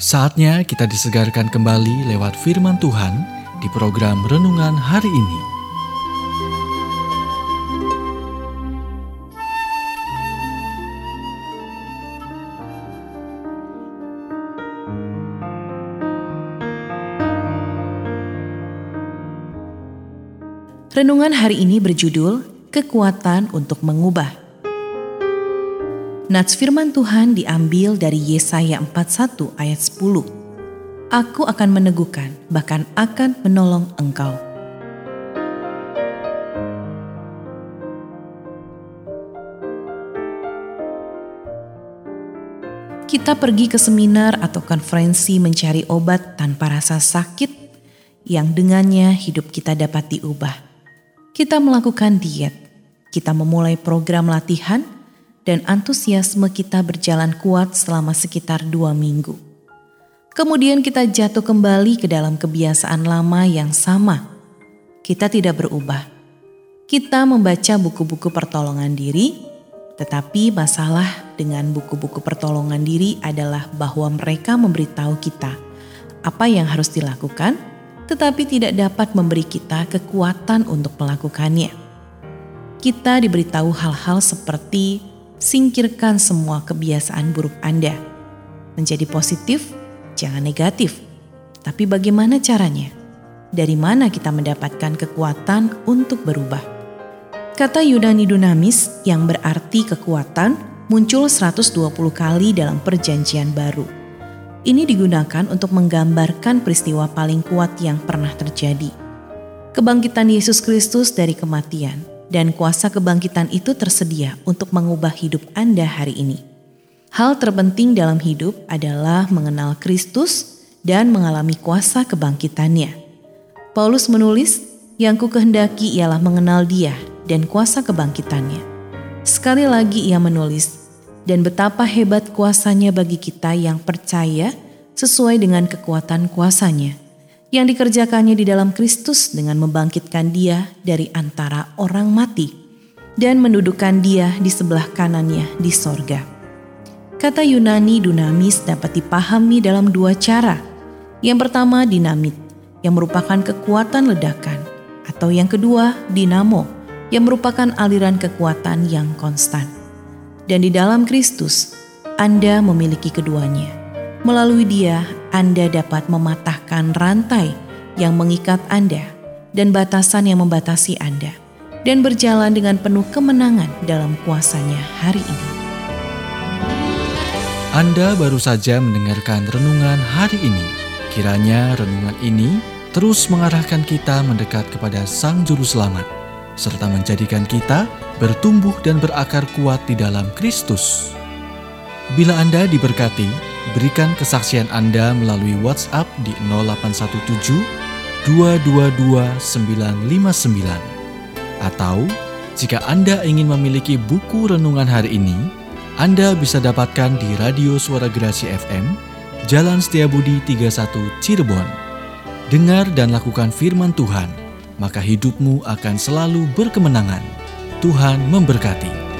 Saatnya kita disegarkan kembali lewat firman Tuhan di program Renungan Hari ini. Renungan hari ini berjudul Kekuatan untuk Mengubah. Nats firman Tuhan diambil dari Yesaya 41 ayat 10. Aku akan meneguhkan, bahkan akan menolong engkau. Kita pergi ke seminar atau konferensi mencari obat tanpa rasa sakit yang dengannya hidup kita dapat diubah. Kita melakukan diet, kita memulai program latihan, dan antusiasme kita berjalan kuat selama sekitar 2 minggu. Kemudian kita jatuh kembali ke dalam kebiasaan lama yang sama. Kita tidak berubah. Kita membaca buku-buku pertolongan diri, tetapi masalah dengan buku-buku pertolongan diri adalah bahwa mereka memberitahu kita apa yang harus dilakukan, tetapi tidak dapat memberi kita kekuatan untuk melakukannya. Kita diberitahu hal-hal seperti singkirkan semua kebiasaan buruk Anda. Menjadi positif, jangan negatif. Tapi bagaimana caranya? Dari mana kita mendapatkan kekuatan untuk berubah? Kata Yunani dunamis yang berarti kekuatan muncul 120 kali dalam Perjanjian Baru. Ini digunakan untuk menggambarkan peristiwa paling kuat yang pernah terjadi. Kebangkitan Yesus Kristus dari kematian, dan kuasa kebangkitan itu tersedia untuk mengubah hidup Anda hari ini. Hal terpenting dalam hidup adalah mengenal Kristus dan mengalami kuasa kebangkitannya. Paulus menulis, yang ku kehendaki ialah mengenal Dia dan kuasa kebangkitannya. Sekali lagi ia menulis, dan betapa hebat kuasanya bagi kita yang percaya sesuai dengan kekuatan kuasanya, yang dikerjakannya di dalam Kristus dengan membangkitkan Dia dari antara orang mati dan mendudukkan Dia di sebelah kanannya di sorga. Kata Yunani dunamis dapat dipahami dalam 2 cara. Yang pertama dinamit, yang merupakan kekuatan ledakan, atau yang kedua dinamo, yang merupakan aliran kekuatan yang konstan. Dan di dalam Kristus, Anda memiliki keduanya. Melalui Dia, Anda dapat mematahkan rantai yang mengikat Anda dan batasan yang membatasi Anda, dan berjalan dengan penuh kemenangan dalam kuasa-Nya hari ini. Anda baru saja mendengarkan renungan hari ini. Kiranya renungan ini terus mengarahkan kita mendekat kepada Sang Juru Selamat, serta menjadikan kita bertumbuh dan berakar kuat di dalam Kristus. Bila Anda diberkati, berikan kesaksian Anda melalui WhatsApp di 0817 222 959. Atau, jika Anda ingin memiliki buku renungan hari ini, Anda bisa dapatkan di Radio Suara Gerasi FM, Jalan Setiabudi 31 Cirebon. Dengar dan lakukan firman Tuhan, maka hidupmu akan selalu berkemenangan. Tuhan memberkati.